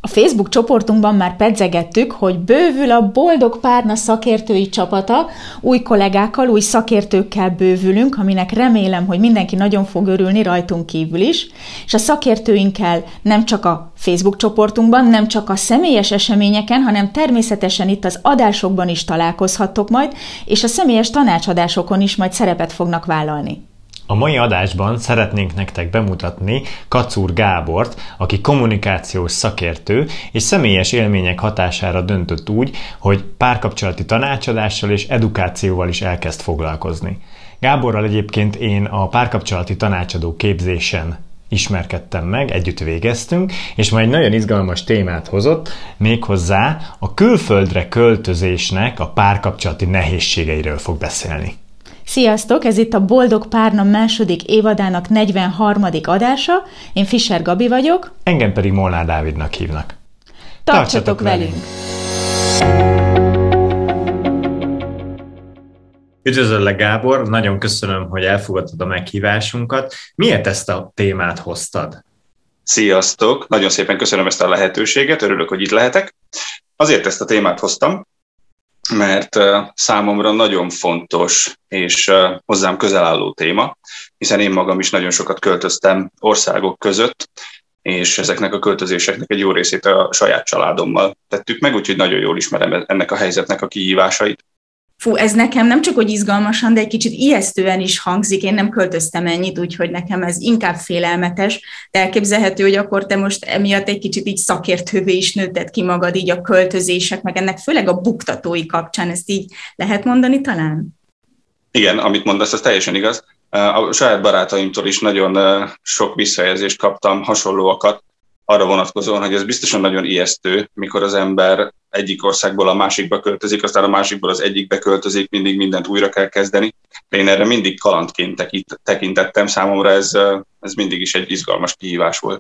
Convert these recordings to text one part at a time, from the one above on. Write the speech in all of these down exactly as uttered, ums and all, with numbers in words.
A Facebook csoportunkban már pedzegettük, hogy bővül a Boldog Párna szakértői csapata, új kollégákkal, új szakértőkkel bővülünk, aminek remélem, hogy mindenki nagyon fog örülni rajtunk kívül is, és a szakértőinkkel nem csak a Facebook csoportunkban, nem csak a személyes eseményeken, hanem természetesen itt az adásokban is találkozhattok majd, és a személyes tanácsadásokon is majd szerepet fognak vállalni. A mai adásban szeretnénk nektek bemutatni Kacúr Gábort, aki kommunikációs szakértő, és személyes élmények hatására döntött úgy, hogy párkapcsolati tanácsadással és edukációval is elkezd foglalkozni. Gáborral egyébként én a párkapcsolati tanácsadó képzésen ismerkedtem meg, együtt végeztünk, és majd egy nagyon izgalmas témát hozott, méghozzá a külföldre költözésnek a párkapcsolati nehézségeiről fog beszélni. Sziasztok! Ez itt a Boldog Párna második évadának negyvenharmadik adása. Én Fischer Gabi vagyok. Engem pedig Molnár Dávidnak hívnak. Tartsatok, Tartsatok velünk! Üdvözöllek, Gábor! Nagyon köszönöm, hogy elfogadtad a meghívásunkat. Miért ezt a témát hoztad? Sziasztok! Nagyon szépen köszönöm ezt a lehetőséget, örülök, hogy itt lehetek. Azért ezt a témát hoztam, mert számomra nagyon fontos és hozzám közel álló téma, hiszen én magam is nagyon sokat költöztem országok között, és ezeknek a költözéseknek egy jó részét a saját családommal tettük meg, úgyhogy nagyon jól ismerem ennek a helyzetnek a kihívásait. Fú, ez nekem nem csak hogy izgalmasan, de egy kicsit ijesztően is hangzik. Én nem költöztem ennyit, úgyhogy nekem ez inkább félelmetes, de elképzelhető, hogy akkor te most emiatt egy kicsit így szakértővé is nőtted ki magad így a költözések, meg ennek főleg a buktatói kapcsán, ezt így lehet mondani talán? Igen, amit mondasz, az teljesen igaz. A saját barátaimtól is nagyon sok visszajelzést kaptam, hasonlóakat, arra vonatkozóan, hogy ez biztosan nagyon ijesztő, mikor az ember egyik országból a másikba költözik, aztán a másikból az egyikbe költözik, mindig mindent újra kell kezdeni. De én erre mindig kalandként tekintettem, számomra ez, ez mindig is egy izgalmas kihívás volt.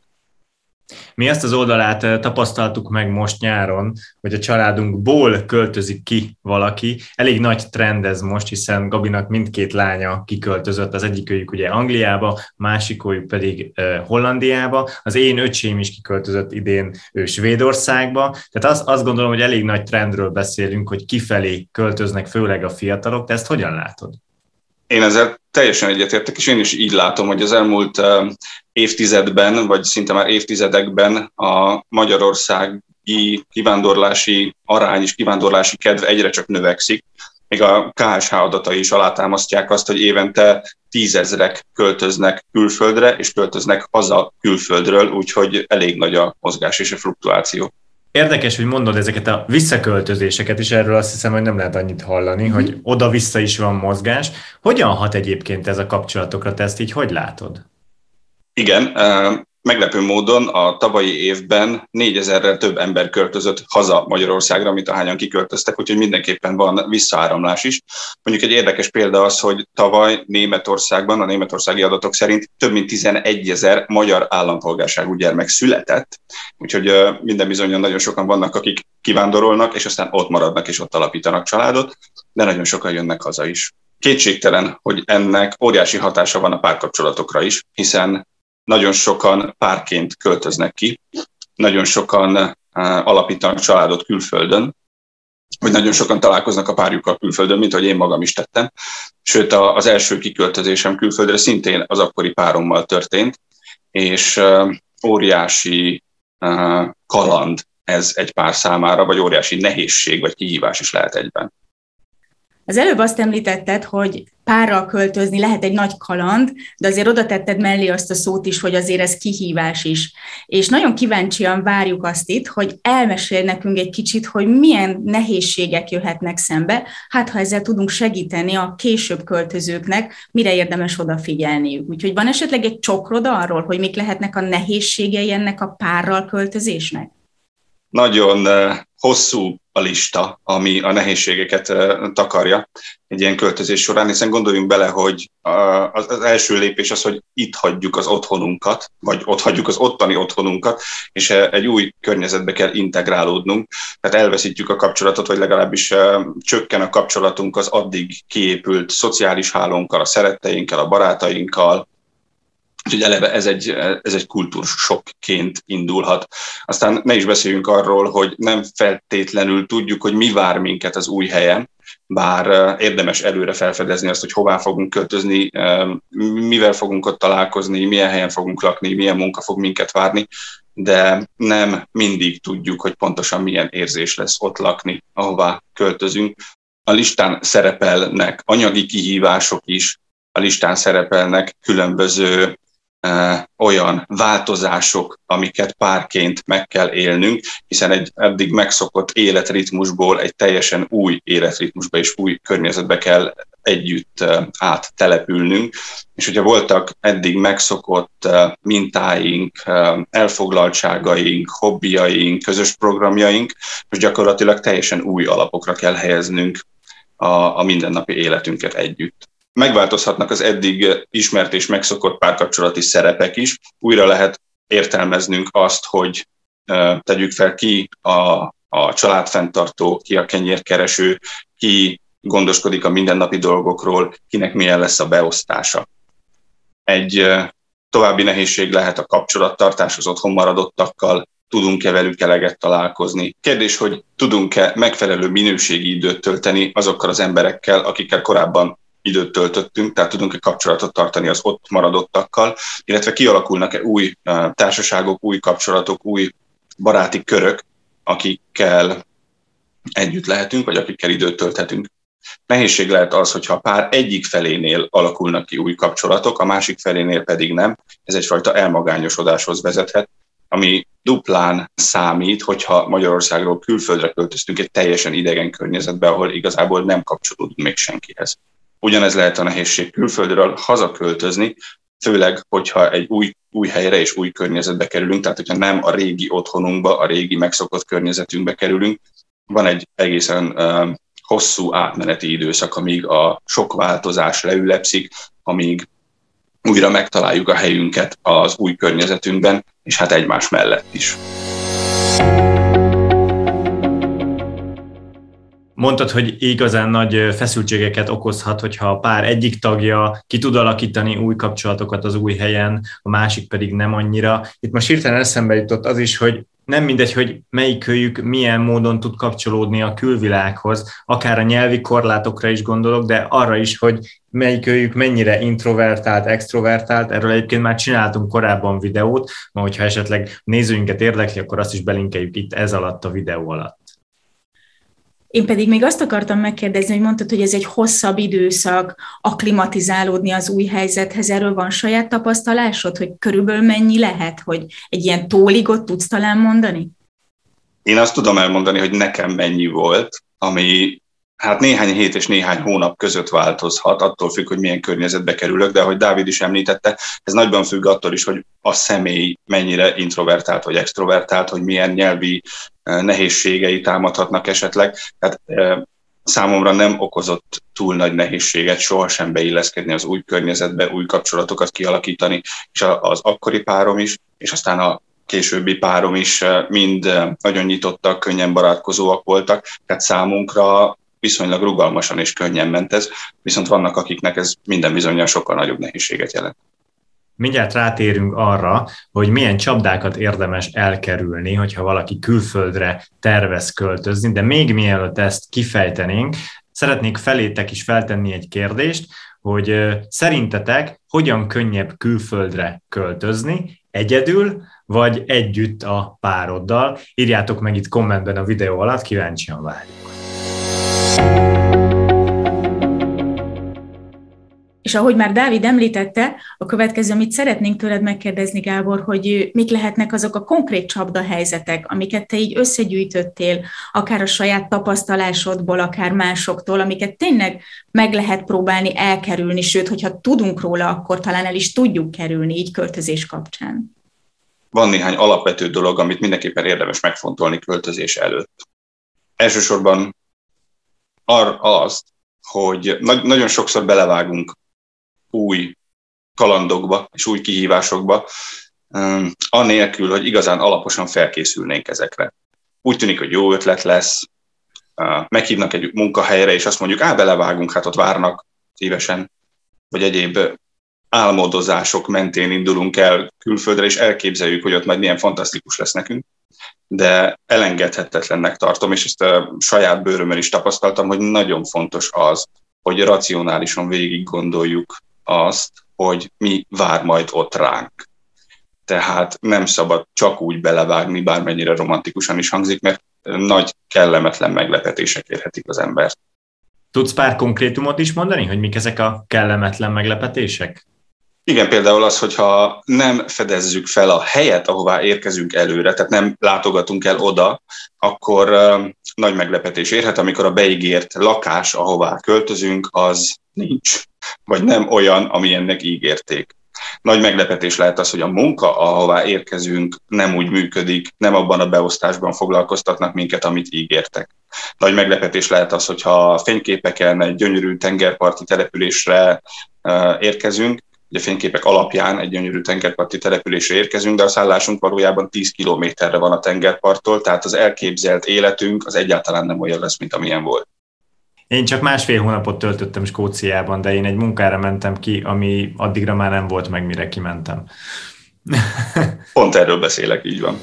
Mi ezt az oldalát tapasztaltuk meg most nyáron, hogy a családunkból költözik ki valaki. Elég nagy trend ez most, hiszen Gabinak mindkét lánya kiköltözött, az egyikőjük ugye Angliába, másikőjük pedig Hollandiába. Az én öcsém is kiköltözött idén ő Svédországba. Tehát azt, azt gondolom, hogy elég nagy trendről beszélünk, hogy kifelé költöznek főleg a fiatalok. Te ezt hogyan látod? Én ezzel teljesen egyetértek, és én is így látom, hogy az elmúlt évtizedben, vagy szinte már évtizedekben a magyarországi kivándorlási arány és kivándorlási kedv egyre csak növekszik. Még a ká es há adatai is alátámasztják azt, hogy évente tízezrek költöznek külföldre, és költöznek haza külföldről, úgyhogy elég nagy a mozgás és a fluktuáció. Érdekes, hogy mondod ezeket a visszaköltözéseket, és erről azt hiszem, hogy nem lehet annyit hallani, mm-hmm. hogy oda-vissza is van mozgás. Hogyan hat egyébként ez a kapcsolatokra? Te ezt így hogy látod? Igen, meglepő módon a tavalyi évben négyezerrel több ember költözött haza Magyarországra, mint ahányan kiköltöztek, úgyhogy mindenképpen van visszaáramlás is. Mondjuk egy érdekes példa az, hogy tavaly Németországban, a németországi adatok szerint több mint tizenegyezer magyar állampolgárságú gyermek született, úgyhogy minden bizonnyal nagyon sokan vannak, akik kivándorolnak, és aztán ott maradnak és ott alapítanak családot, de nagyon sokan jönnek haza is. Kétségtelen, hogy ennek óriási hatása van a párkapcsolatokra is, hiszen nagyon sokan párként költöznek ki, nagyon sokan alapítanak családot külföldön, vagy nagyon sokan találkoznak a párjukkal külföldön, mint ahogy én magam is tettem. Sőt, az első kiköltözésem külföldre szintén az akkori párommal történt, és óriási kaland ez egy pár számára, vagy óriási nehézség, vagy kihívás is lehet egyben. Az előbb azt említetted, hogy párral költözni lehet egy nagy kaland, de azért oda tetted mellé azt a szót is, hogy azért ez kihívás is. És nagyon kíváncsian várjuk azt itt, hogy elmesélj nekünk egy kicsit, hogy milyen nehézségek jöhetnek szembe, hát ha ezzel tudunk segíteni a később költözőknek, mire érdemes odafigyelniük. Úgyhogy van esetleg egy csokrod arról, hogy mik lehetnek a nehézségei ennek a párral költözésnek? Nagyon hosszú a lista, ami a nehézségeket takarja egy ilyen költözés során, hiszen gondoljunk bele, hogy az első lépés az, hogy itt hagyjuk az otthonunkat, vagy ott hagyjuk az ottani otthonunkat, és egy új környezetbe kell integrálódnunk, tehát elveszítjük a kapcsolatot, vagy legalábbis csökken a kapcsolatunk az addig kiépült szociális hálónkkal, a szeretteinkkel, a barátainkkal, Úgyhogy eleve ez egy, ez egy kultúrsokként indulhat. Aztán ne is beszéljünk arról, hogy nem feltétlenül tudjuk, hogy mi vár minket az új helyen, bár érdemes előre felfedezni azt, hogy hová fogunk költözni, mivel fogunk ott találkozni, milyen helyen fogunk lakni, milyen munka fog minket várni, de nem mindig tudjuk, hogy pontosan milyen érzés lesz ott lakni, ahová költözünk. A listán szerepelnek anyagi kihívások is, a listán szerepelnek különböző uh, olyan változások, amiket párként meg kell élnünk, hiszen egy eddig megszokott életritmusból egy teljesen új életritmusba és új környezetbe kell együtt uh, áttelepülnünk. És hogyha voltak eddig megszokott uh, mintáink, uh, elfoglaltságaink, hobbiaink, közös programjaink, most gyakorlatilag teljesen új alapokra kell helyeznünk a, a mindennapi életünket együtt. Megváltozhatnak az eddig ismert és megszokott párkapcsolati szerepek is. Újra lehet értelmeznünk azt, hogy uh, tegyük fel ki a, a családfenntartó, ki a kenyérkereső, ki gondoskodik a mindennapi dolgokról, kinek milyen lesz a beosztása. Egy uh, további nehézség lehet a kapcsolattartás az otthon maradottakkal, tudunk-e velük eleget találkozni. Kérdés, hogy tudunk-e megfelelő minőségi időt tölteni azokkal az emberekkel, akikkel korábban időt töltöttünk, tehát tudunk-e kapcsolatot tartani az ott maradottakkal, illetve kialakulnak-e új uh, társaságok, új kapcsolatok, új baráti körök, akikkel együtt lehetünk, vagy akikkel időt tölthetünk. Nehézség lehet az, hogyha a pár egyik felénél alakulnak ki új kapcsolatok, a másik felénél pedig nem. Ez egyfajta elmagányosodáshoz vezethet, ami duplán számít, hogyha Magyarországról külföldre költöztünk egy teljesen idegen környezetbe, ahol igazából nem kapcsolódunk még senkihez. Ugyanez lehet a nehézség külföldről hazaköltözni, főleg, hogyha egy új, új helyre és új környezetbe kerülünk, tehát hogyha nem a régi otthonunkba, a régi megszokott környezetünkbe kerülünk. Van egy egészen uh, hosszú átmeneti időszak, amíg a sok változás leülepszik, amíg újra megtaláljuk a helyünket az új környezetünkben, és hát egymás mellett is. Mondtad, hogy igazán nagy feszültségeket okozhat, hogyha a pár egyik tagja ki tud alakítani új kapcsolatokat az új helyen, a másik pedig nem annyira. Itt most hirtelen eszembe jutott az is, hogy nem mindegy, hogy melyikőjük milyen módon tud kapcsolódni a külvilághoz, akár a nyelvi korlátokra is gondolok, de arra is, hogy melyikőjük mennyire introvertált, extrovertált. Erről egyébként már csináltunk korábban videót, ma hogyha esetleg nézőinket érdekli, akkor azt is belinkeljük itt ez alatt a videó alatt. Én pedig még azt akartam megkérdezni, hogy mondtad, hogy ez egy hosszabb időszak, akklimatizálódni az új helyzethez. Erről van saját tapasztalásod, hogy körülbelül mennyi lehet, hogy egy ilyen tóligot tudsz talán mondani? Én azt tudom elmondani, hogy nekem mennyi volt, ami hát néhány hét és néhány hónap között változhat, attól függ, hogy milyen környezetbe kerülök, de ahogy Dávid is említette, ez nagyban függ attól is, hogy a személy mennyire introvertált vagy extrovertált, hogy milyen nyelvi nehézségei támadhatnak esetleg. Tehát számomra nem okozott túl nagy nehézséget sohasem beilleszkedni az új környezetbe, új kapcsolatokat kialakítani, és az akkori párom is, és aztán a későbbi párom is mind nagyon nyitottak, könnyen barátkozóak voltak, tehát számunkra viszonylag rugalmasan és könnyen ment ez, viszont vannak, akiknek ez minden bizonnyal sokkal nagyobb nehézséget jelent. Mindjárt rátérünk arra, hogy milyen csapdákat érdemes elkerülni, hogyha valaki külföldre tervez költözni, de még mielőtt ezt kifejtenénk, szeretnék felétek is feltenni egy kérdést, hogy szerintetek hogyan könnyebb külföldre költözni, egyedül vagy együtt a pároddal? Írjátok meg itt kommentben a videó alatt, kíváncsian várjuk. És ahogy már Dávid említette, a következő, amit szeretnénk tőled megkérdezni, Gábor, hogy mik lehetnek azok a konkrét csapdahelyzetek, amiket te így összegyűjtöttél, akár a saját tapasztalásodból, akár másoktól, amiket tényleg meg lehet próbálni elkerülni, sőt, hogyha tudunk róla, akkor talán el is tudjuk kerülni így költözés kapcsán. Van néhány alapvető dolog, amit mindenképpen érdemes megfontolni költözés előtt. Elsősorban ar- azt, hogy na- nagyon sokszor belevágunk új kalandokba és új kihívásokba, um, anélkül, hogy igazán alaposan felkészülnénk ezekre. Úgy tűnik, hogy jó ötlet lesz, uh, meghívnak egy munkahelyre, és azt mondjuk, á, belevágunk, hát ott várnak szívesen, vagy egyéb álmodozások mentén indulunk el külföldre, és elképzeljük, hogy ott majd milyen fantasztikus lesz nekünk, de elengedhetetlennek tartom, és ezt a saját bőrömmel is tapasztaltam, hogy nagyon fontos az, hogy racionálisan végig gondoljuk azt, hogy mi vár majd ott ránk. Tehát nem szabad csak úgy belevágni, bármennyire romantikusan is hangzik, mert nagy kellemetlen meglepetések érhetik az embert. Tudsz pár konkrétumot is mondani, hogy mik ezek a kellemetlen meglepetések? Igen, például az, hogyha nem fedezzük fel a helyet, ahová érkezünk előre, tehát nem látogatunk el oda, akkor uh, nagy meglepetés érhet, amikor a beígért lakás, ahová költözünk, az nincs, vagy nem olyan, amilyennek ígérték. Nagy meglepetés lehet az, hogy a munka, ahová érkezünk, nem úgy működik, nem abban a beosztásban foglalkoztatnak minket, amit ígértek. Nagy meglepetés lehet az, hogyha a fényképeken egy gyönyörű tengerparti településre uh, érkezünk, ugye fényképek alapján egy gyönyörű tengerparti településre érkezünk, de a szállásunk valójában tíz kilométerre van a tengerparttól, tehát az elképzelt életünk az egyáltalán nem olyan lesz, mint amilyen volt. Én csak másfél hónapot töltöttem Skóciában, de én egy munkára mentem ki, ami addigra már nem volt meg, mire kimentem. Pont erről beszélek, így van.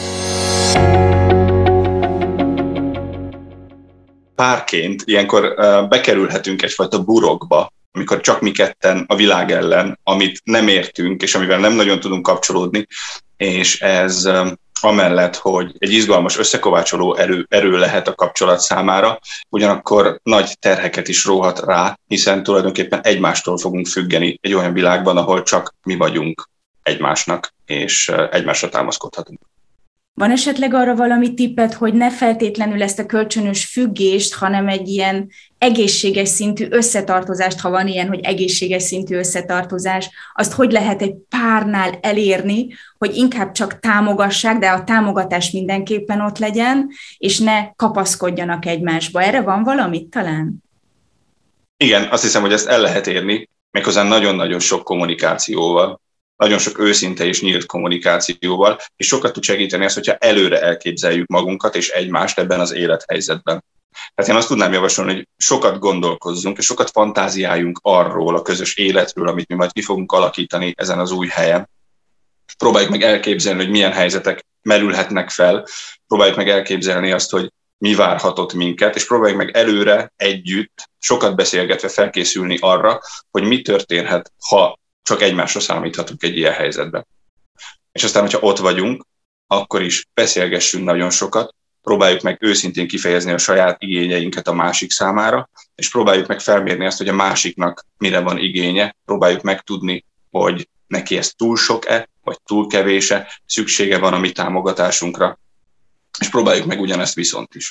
Párként ilyenkor bekerülhetünk egyfajta burokba, amikor csak mi ketten a világ ellen, amit nem értünk, és amivel nem nagyon tudunk kapcsolódni, és ez amellett, hogy egy izgalmas, összekovácsoló erő, erő lehet a kapcsolat számára, ugyanakkor nagy terheket is róhat rá, hiszen tulajdonképpen egymástól fogunk függeni egy olyan világban, ahol csak mi vagyunk egymásnak, és egymásra támaszkodhatunk. Van esetleg arra valami tippet, hogy ne feltétlenül ezt a kölcsönös függést, hanem egy ilyen egészséges szintű összetartozást, ha van ilyen, hogy egészséges szintű összetartozás, azt hogy lehet egy párnál elérni, hogy inkább csak támogassák, de a támogatás mindenképpen ott legyen, és ne kapaszkodjanak egymásba. Erre van valamit talán? Igen, azt hiszem, hogy ezt el lehet érni, méghozzá nagyon-nagyon sok kommunikációval. Nagyon sok őszinte és nyílt kommunikációval, és sokat tud segíteni az, hogyha előre elképzeljük magunkat és egymást ebben az élethelyzetben. Tehát én azt tudnám javasolni, hogy sokat gondolkozzunk, és sokat fantáziáljunk arról a közös életről, amit mi majd ki fogunk alakítani ezen az új helyen. Próbáljuk meg elképzelni, hogy milyen helyzetek merülhetnek fel, próbáljuk meg elképzelni azt, hogy mi várhatott minket, és próbáljuk meg előre együtt, sokat beszélgetve felkészülni arra, hogy mi történhet, ha csak egymásra számíthatunk egy ilyen helyzetben. És aztán, hogyha ott vagyunk, akkor is beszélgessünk nagyon sokat, próbáljuk meg őszintén kifejezni a saját igényeinket a másik számára, és próbáljuk meg felmérni azt, hogy a másiknak mire van igénye, próbáljuk meg tudni, hogy neki ez túl sok-e, vagy túl kevés-e, szüksége van a mi támogatásunkra, és próbáljuk meg ugyanezt viszont is.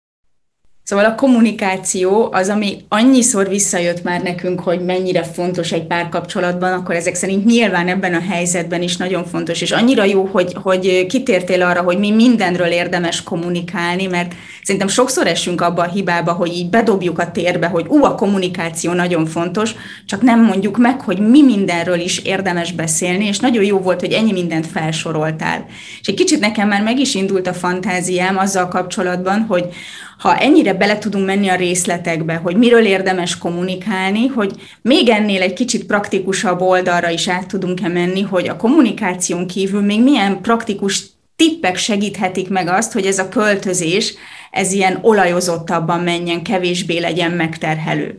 Szóval a kommunikáció az, ami annyiszor visszajött már nekünk, hogy mennyire fontos egy párkapcsolatban, akkor ezek szerint nyilván ebben a helyzetben is nagyon fontos, és annyira jó, hogy, hogy kitértél arra, hogy mi mindenről érdemes kommunikálni, mert szerintem sokszor esünk abba a hibába, hogy így bedobjuk a térbe, hogy ú, a kommunikáció nagyon fontos, csak nem mondjuk meg, hogy mi mindenről is érdemes beszélni, és nagyon jó volt, hogy ennyi mindent felsoroltál. És egy kicsit nekem már meg is indult a fantáziám azzal kapcsolatban, hogy ha ennyire bele tudunk menni a részletekbe, hogy miről érdemes kommunikálni, hogy még ennél egy kicsit praktikusabb oldalra is át tudunk-e menni, hogy a kommunikáción kívül még milyen praktikus tippek segíthetik meg azt, hogy ez a költözés, ez ilyen olajozottabban menjen, kevésbé legyen megterhelő.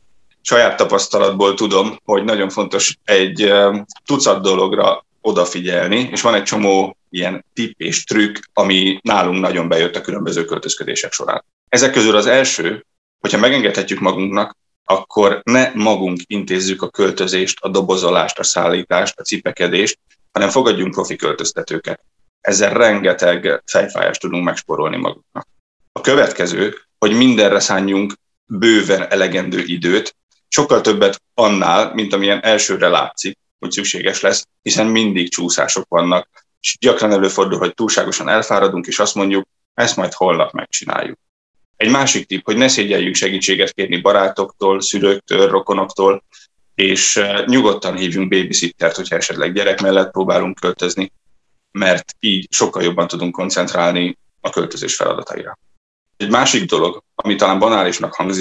Saját tapasztalatból tudom, hogy nagyon fontos egy tucat dologra odafigyelni, és van egy csomó ilyen tipp és trükk, ami nálunk nagyon bejött a különböző költözködések során. Ezek közül az első, hogyha megengedhetjük magunknak, akkor ne magunk intézzük a költözést, a dobozolást, a szállítást, a cipekedést, hanem fogadjunk profi költöztetőket. Ezzel rengeteg fejfájást tudunk megspórolni magunknak. A következő, hogy mindenre szánjunk bőven elegendő időt, sokkal többet annál, mint amilyen elsőre látszik, hogy szükséges lesz, hiszen mindig csúszások vannak, és gyakran előfordul, hogy túlságosan elfáradunk, és azt mondjuk, ezt majd holnap megcsináljuk. Egy másik tipp, hogy ne szégyeljünk segítséget kérni barátoktól, szülőktől, rokonoktól, és nyugodtan hívjunk babysittert, hogyha esetleg gyerek mellett próbálunk költözni, mert így sokkal jobban tudunk koncentrálni a költözés feladataira. Egy másik dolog, ami talán banálisnak hangzik,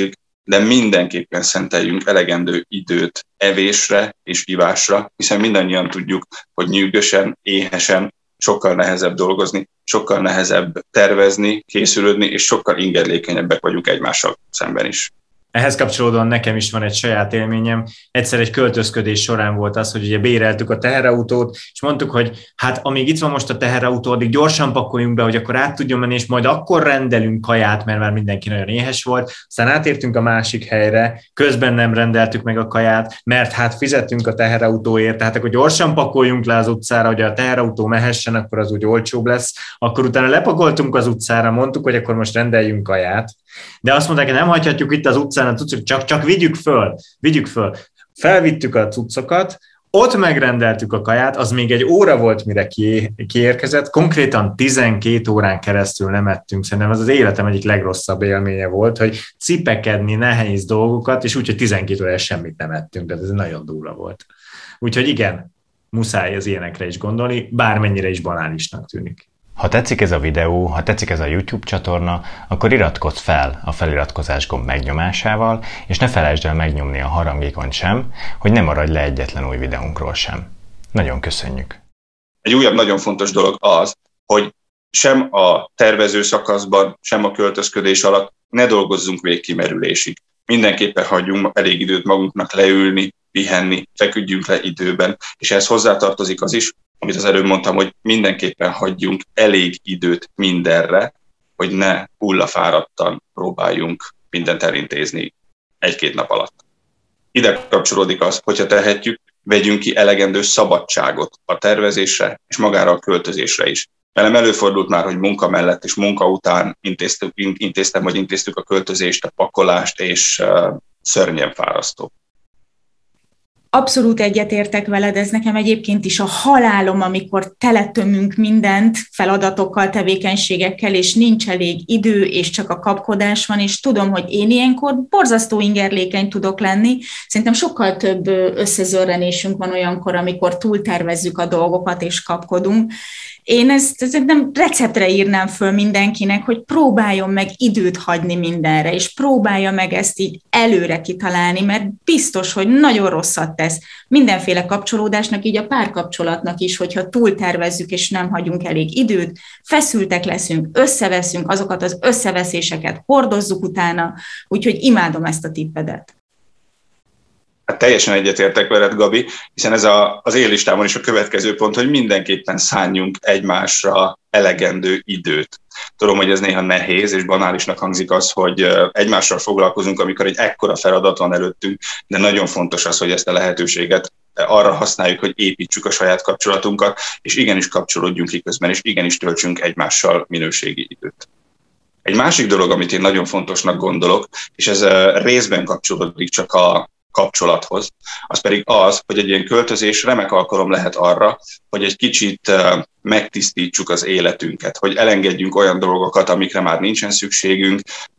de mindenképpen szenteljünk elegendő időt evésre és ivásra, hiszen mindannyian tudjuk, hogy nyűgösen, éhesen sokkal nehezebb dolgozni, sokkal nehezebb tervezni, készülődni, és sokkal ingerlékenyebbek vagyunk egymással szemben is. Ehhez kapcsolódóan nekem is van egy saját élményem. Egyszer egy költözködés során volt az, hogy ugye béreltük a teherautót, és mondtuk, hogy hát amíg itt van most a teherautó, addig gyorsan pakoljunk be, hogy akkor át tudjon menni, és majd akkor rendelünk kaját, mert már mindenki nagyon éhes volt. Aztán átértünk a másik helyre, közben nem rendeltük meg a kaját, mert hát fizettünk a teherautóért, tehát akkor gyorsan pakoljunk le az utcára, hogy a teherautó mehessen, akkor az úgy olcsóbb lesz. Akkor utána lepakoltunk az utcára, mondtuk, hogy akkor most rendeljünk kaját. De azt mondták, hogy nem hagyhatjuk itt az utcán a cuccokat, csak, csak vigyük föl, vigyük föl. Felvittük a cuccokat, ott megrendeltük a kaját, az még egy óra volt, mire kiérkezett, konkrétan tizenkét órán keresztül nem ettünk, szerintem ez az életem egyik legrosszabb élménye volt, hogy cipekedni nehéz dolgokat, és úgy, hogy tizenkét óráig semmit nem ettünk, de ez nagyon durva volt. Úgyhogy igen, muszáj az ilyenekre is gondolni, bármennyire is banálisnak tűnik. Ha tetszik ez a videó, ha tetszik ez a YouTube csatorna, akkor iratkozz fel a feliratkozás gomb megnyomásával, és ne felejtsd el megnyomni a harangikont sem, hogy ne maradj le egyetlen új videónkról sem. Nagyon köszönjük! Egy újabb nagyon fontos dolog az, hogy sem a tervező szakaszban, sem a költözködés alatt ne dolgozzunk végkimerülésig. Mindenképpen hagyjunk elég időt magunknak leülni, pihenni, feküdjünk le időben, és ehhez hozzátartozik az is, amit az előbb mondtam, hogy mindenképpen hagyjunk elég időt mindenre, hogy ne hullafáradtan próbáljunk mindent elintézni egy-két nap alatt. Ide kapcsolódik az, hogyha tehetjük, vegyünk ki elegendő szabadságot a tervezésre és magára a költözésre is. Velem előfordult már, hogy munka mellett és munka után intéztük, intéztem, vagy intéztük a költözést, a pakolást, és uh, szörnyen fárasztó. Abszolút egyetértek veled, ez nekem egyébként is a halálom, amikor teletömünk mindent feladatokkal, tevékenységekkel, és nincs elég idő, és csak a kapkodás van, és tudom, hogy én ilyenkor borzasztó ingerlékeny tudok lenni. Szerintem sokkal több összezörrenésünk van olyankor, amikor túltervezzük a dolgokat, és kapkodunk. Én ezt, ezt nem receptre írnám föl mindenkinek, hogy próbáljon meg időt hagyni mindenre, és próbálja meg ezt így előre kitalálni, mert biztos, hogy nagyon rosszat tesz mindenféle kapcsolódásnak, így a párkapcsolatnak is, hogyha túltervezzük, és nem hagyunk elég időt, feszültek leszünk, összeveszünk, azokat az összeveszéseket hordozzuk utána, úgyhogy imádom ezt a tippedet. Hát teljesen egyetértek veled, Gabi, hiszen ez a, az én listámon is a következő pont, hogy mindenképpen szálljunk egymásra elegendő időt. Tudom, hogy ez néha nehéz, és banálisnak hangzik az, hogy egymással foglalkozunk, amikor egy ekkora feladat van előttünk, de nagyon fontos az, hogy ezt a lehetőséget arra használjuk, hogy építsük a saját kapcsolatunkat, és igenis kapcsolódjunk ki közben, és igenis töltsünk egymással minőségi időt. Egy másik dolog, amit én nagyon fontosnak gondolok, és ez részben kapcsolódik csak a kapcsolathoz, az pedig az, hogy egy ilyen költözés remek alkalom lehet arra, hogy egy kicsit megtisztítsuk az életünket, hogy elengedjünk olyan dolgokat, amikre már nincsen szükségünk,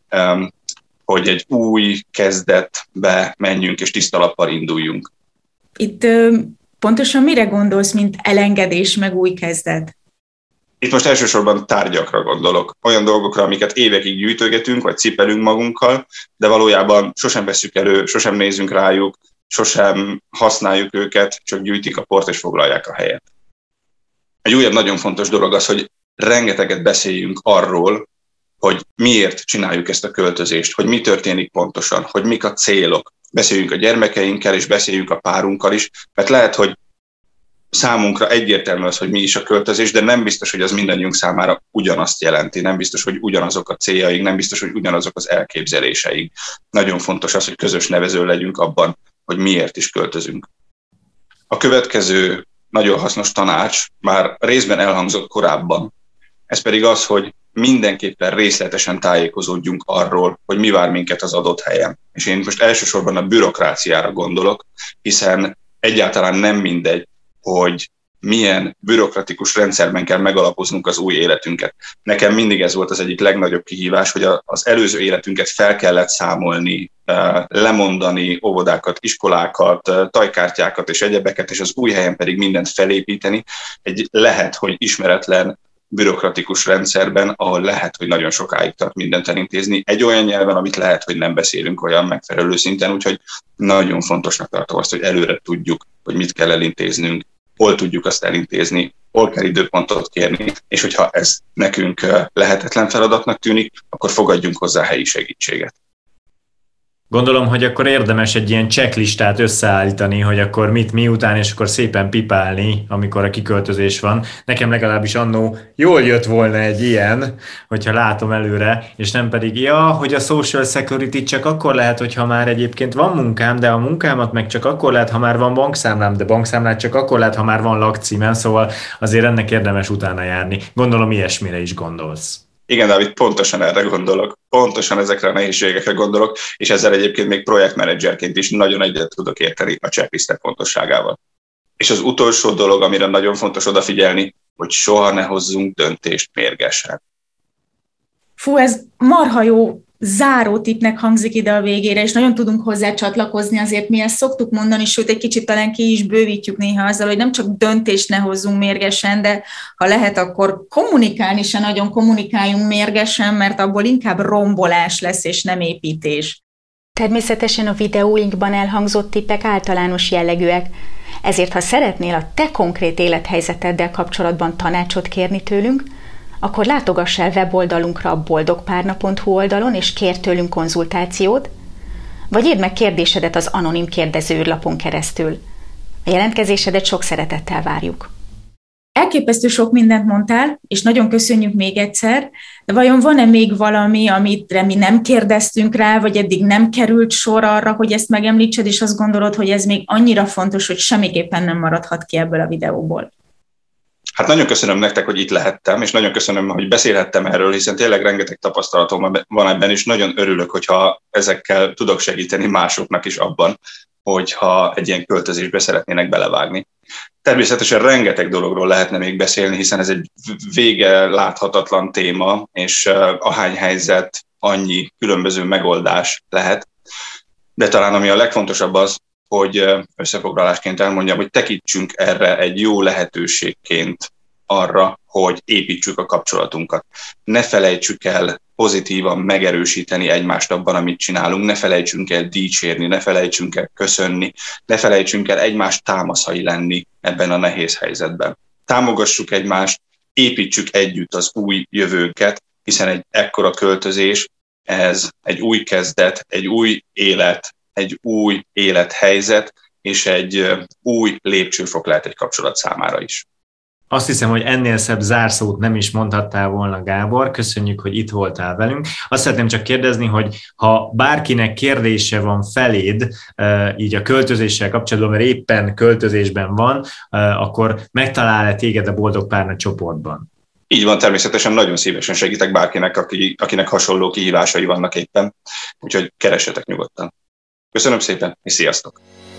hogy egy új kezdetbe menjünk és tiszta lappal induljunk. Itt pontosan mire gondolsz, mint elengedés meg új kezdet? Itt most elsősorban tárgyakra gondolok, olyan dolgokra, amiket évekig gyűjtögetünk, vagy cipelünk magunkkal, de valójában sosem veszük elő, sosem nézünk rájuk, sosem használjuk őket, csak gyűjtik a port és foglalják a helyet. Egy újabb nagyon fontos dolog az, hogy rengeteget beszéljünk arról, hogy miért csináljuk ezt a költözést, hogy mi történik pontosan, hogy mik a célok. Beszéljünk a gyermekeinkkel, és beszéljünk a párunkkal is, mert lehet, hogy számunkra egyértelmű az, hogy mi is a költözés, de nem biztos, hogy az mindannyiunk számára ugyanazt jelenti, nem biztos, hogy ugyanazok a céljaink, nem biztos, hogy ugyanazok az elképzeléseink. Nagyon fontos az, hogy közös nevező legyünk abban, hogy miért is költözünk. A következő nagyon hasznos tanács már részben elhangzott korábban, ez pedig az, hogy mindenképpen részletesen tájékozódjunk arról, hogy mi vár minket az adott helyen. És én most elsősorban a bürokráciára gondolok, hiszen egyáltalán nem mindegy, hogy milyen bürokratikus rendszerben kell megalapoznunk az új életünket. Nekem mindig ez volt az egyik legnagyobb kihívás, hogy az előző életünket fel kellett számolni, lemondani óvodákat, iskolákat, tajkártyákat és egyebeket, és az új helyen pedig mindent felépíteni. Egy lehet, hogy ismeretlen, bürokratikus rendszerben, ahol lehet, hogy nagyon sokáig tart mindent elintézni, egy olyan nyelven, amit lehet, hogy nem beszélünk olyan megfelelő szinten, úgyhogy nagyon fontosnak tartom azt, hogy előre tudjuk, hogy mit kell elintéznünk, hol tudjuk azt elintézni, hol kell időpontot kérni, és hogyha ez nekünk lehetetlen feladatnak tűnik, akkor fogadjunk hozzá helyi segítséget. Gondolom, hogy akkor érdemes egy ilyen checklistát összeállítani, hogy akkor mit miután, és akkor szépen pipálni, amikor a kiköltözés van. Nekem legalábbis annó jól jött volna egy ilyen, hogyha látom előre, és nem pedig, ja, hogy a social security csak akkor lehet, hogyha már egyébként van munkám, de a munkámat meg csak akkor lehet, ha már van bankszámlám, de bankszámlát csak akkor lehet, ha már van lakcímem, szóval azért ennek érdemes utána járni. Gondolom, ilyesmire is gondolsz. Igen, Dávid, pontosan erre gondolok, pontosan ezekre a nehézségekre gondolok, és ezzel egyébként még projektmenedzserként is nagyon egyet tudok érteni a checklistek fontosságával. És az utolsó dolog, amire nagyon fontos odafigyelni, hogy soha ne hozzunk döntést mérgesen. Fú, ez marha jó záró tippnek hangzik ide a végére, és nagyon tudunk hozzá csatlakozni, azért mi ezt szoktuk mondani, sőt egy kicsit talán ki is bővítjük néha azzal, hogy nem csak döntést ne hozzunk mérgesen, de ha lehet, akkor kommunikálni se nagyon kommunikáljunk mérgesen, mert abból inkább rombolás lesz, és nem építés. Természetesen a videóinkban elhangzott tippek általános jellegűek, ezért ha szeretnél a te konkrét élethelyzeteddel kapcsolatban tanácsot kérni tőlünk, akkor látogass el weboldalunkra a boldogpárna pont hu oldalon, és kérj tőlünk konzultációt, vagy írd meg kérdésedet az anonim kérdezőrlapon keresztül. A jelentkezésedet sok szeretettel várjuk. Elképesztő sok mindent mondtál, és nagyon köszönjük még egyszer, de vajon van-e még valami, amit mi nem kérdeztünk rá, vagy eddig nem került sor arra, hogy ezt megemlítsed, és azt gondolod, hogy ez még annyira fontos, hogy semmiképpen nem maradhat ki ebből a videóból? Hát nagyon köszönöm nektek, hogy itt lehettem, és nagyon köszönöm, hogy beszélhettem erről, hiszen tényleg rengeteg tapasztalatom van ebben, és nagyon örülök, hogyha ezekkel tudok segíteni másoknak is abban, hogyha egy ilyen költözésbe szeretnének belevágni. Természetesen rengeteg dologról lehetne még beszélni, hiszen ez egy vége láthatatlan téma, és ahány helyzet, annyi különböző megoldás lehet. De talán ami a legfontosabb az, hogy összefoglalásként elmondjam, hogy tekintsünk erre egy jó lehetőségként arra, hogy építsük a kapcsolatunkat. Ne felejtsük el pozitívan megerősíteni egymást abban, amit csinálunk, ne felejtsünk el dicsérni, ne felejtsünk el köszönni, ne felejtsünk el egymás támaszai lenni ebben a nehéz helyzetben. Támogassuk egymást, építsük együtt az új jövőnket, hiszen egy ekkora költözés, ez egy új kezdet, egy új élet, egy új élethelyzet, és egy új lépcsőfok lehet egy kapcsolat számára is. Azt hiszem, hogy ennél szebb zárszót nem is mondhattál volna, Gábor. Köszönjük, hogy itt voltál velünk. Azt szeretném csak kérdezni, hogy ha bárkinek kérdése van feléd, így a költözéssel kapcsolatban, mert éppen költözésben van, akkor megtalál-e téged a Boldog Párna csoportban? Így van, természetesen nagyon szívesen segítek bárkinek, aki, akinek hasonló kihívásai vannak éppen, úgyhogy keressetek nyugodtan. Köszönöm szépen, és sziasztok!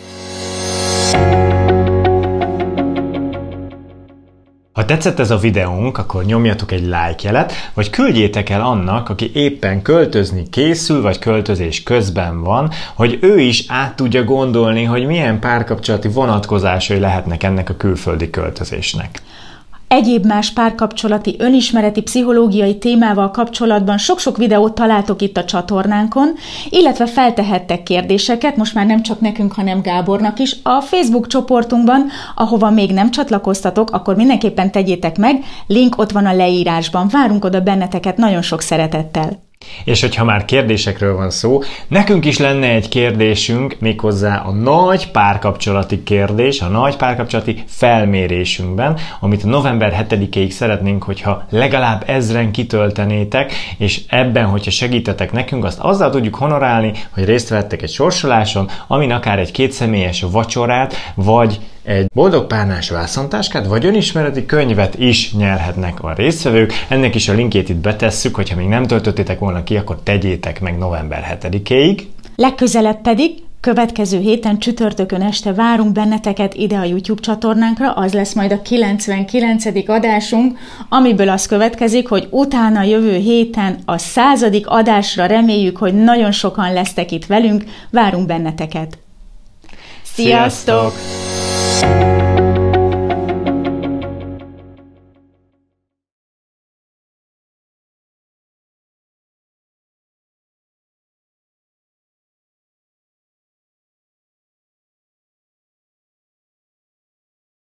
Ha tetszett ez a videónk, akkor nyomjatok egy like jelet, vagy küldjétek el annak, aki éppen költözni készül, vagy költözés közben van, hogy ő is át tudja gondolni, hogy milyen párkapcsolati vonatkozásai lehetnek ennek a külföldi költözésnek. Egyéb más párkapcsolati, önismereti, pszichológiai témával kapcsolatban sok-sok videót találtok itt a csatornánkon, illetve feltehettek kérdéseket, most már nem csak nekünk, hanem Gábornak is, a Facebook csoportunkban, ahova még nem csatlakoztatok, akkor mindenképpen tegyétek meg, link ott van a leírásban. Várunk oda benneteket nagyon sok szeretettel. És hogyha már kérdésekről van szó, nekünk is lenne egy kérdésünk, méghozzá a nagy párkapcsolati kérdés, a nagy párkapcsolati felmérésünkben, amit a november hetedikéig szeretnénk, hogyha legalább ezren kitöltenétek, és ebben, hogyha segítetek nekünk, azt azzal tudjuk honorálni, hogy részt vettek egy sorsoláson, amin akár egy kétszemélyes vacsorát, vagy egy boldogpárnás vászontáskát, vagy önismereti könyvet is nyerhetnek a résztvevők. Ennek is a linkjét itt betesszük, hogyha még nem töltöttétek volna ki, akkor tegyétek meg november hetedikéig. Legközelebb pedig következő héten csütörtökön este várunk benneteket ide a YouTube csatornánkra, az lesz majd a kilencvenkilencedik adásunk, amiből az következik, hogy utána jövő héten a századik adásra reméljük, hogy nagyon sokan lesztek itt velünk, várunk benneteket. Sziasztok! Sziasztok!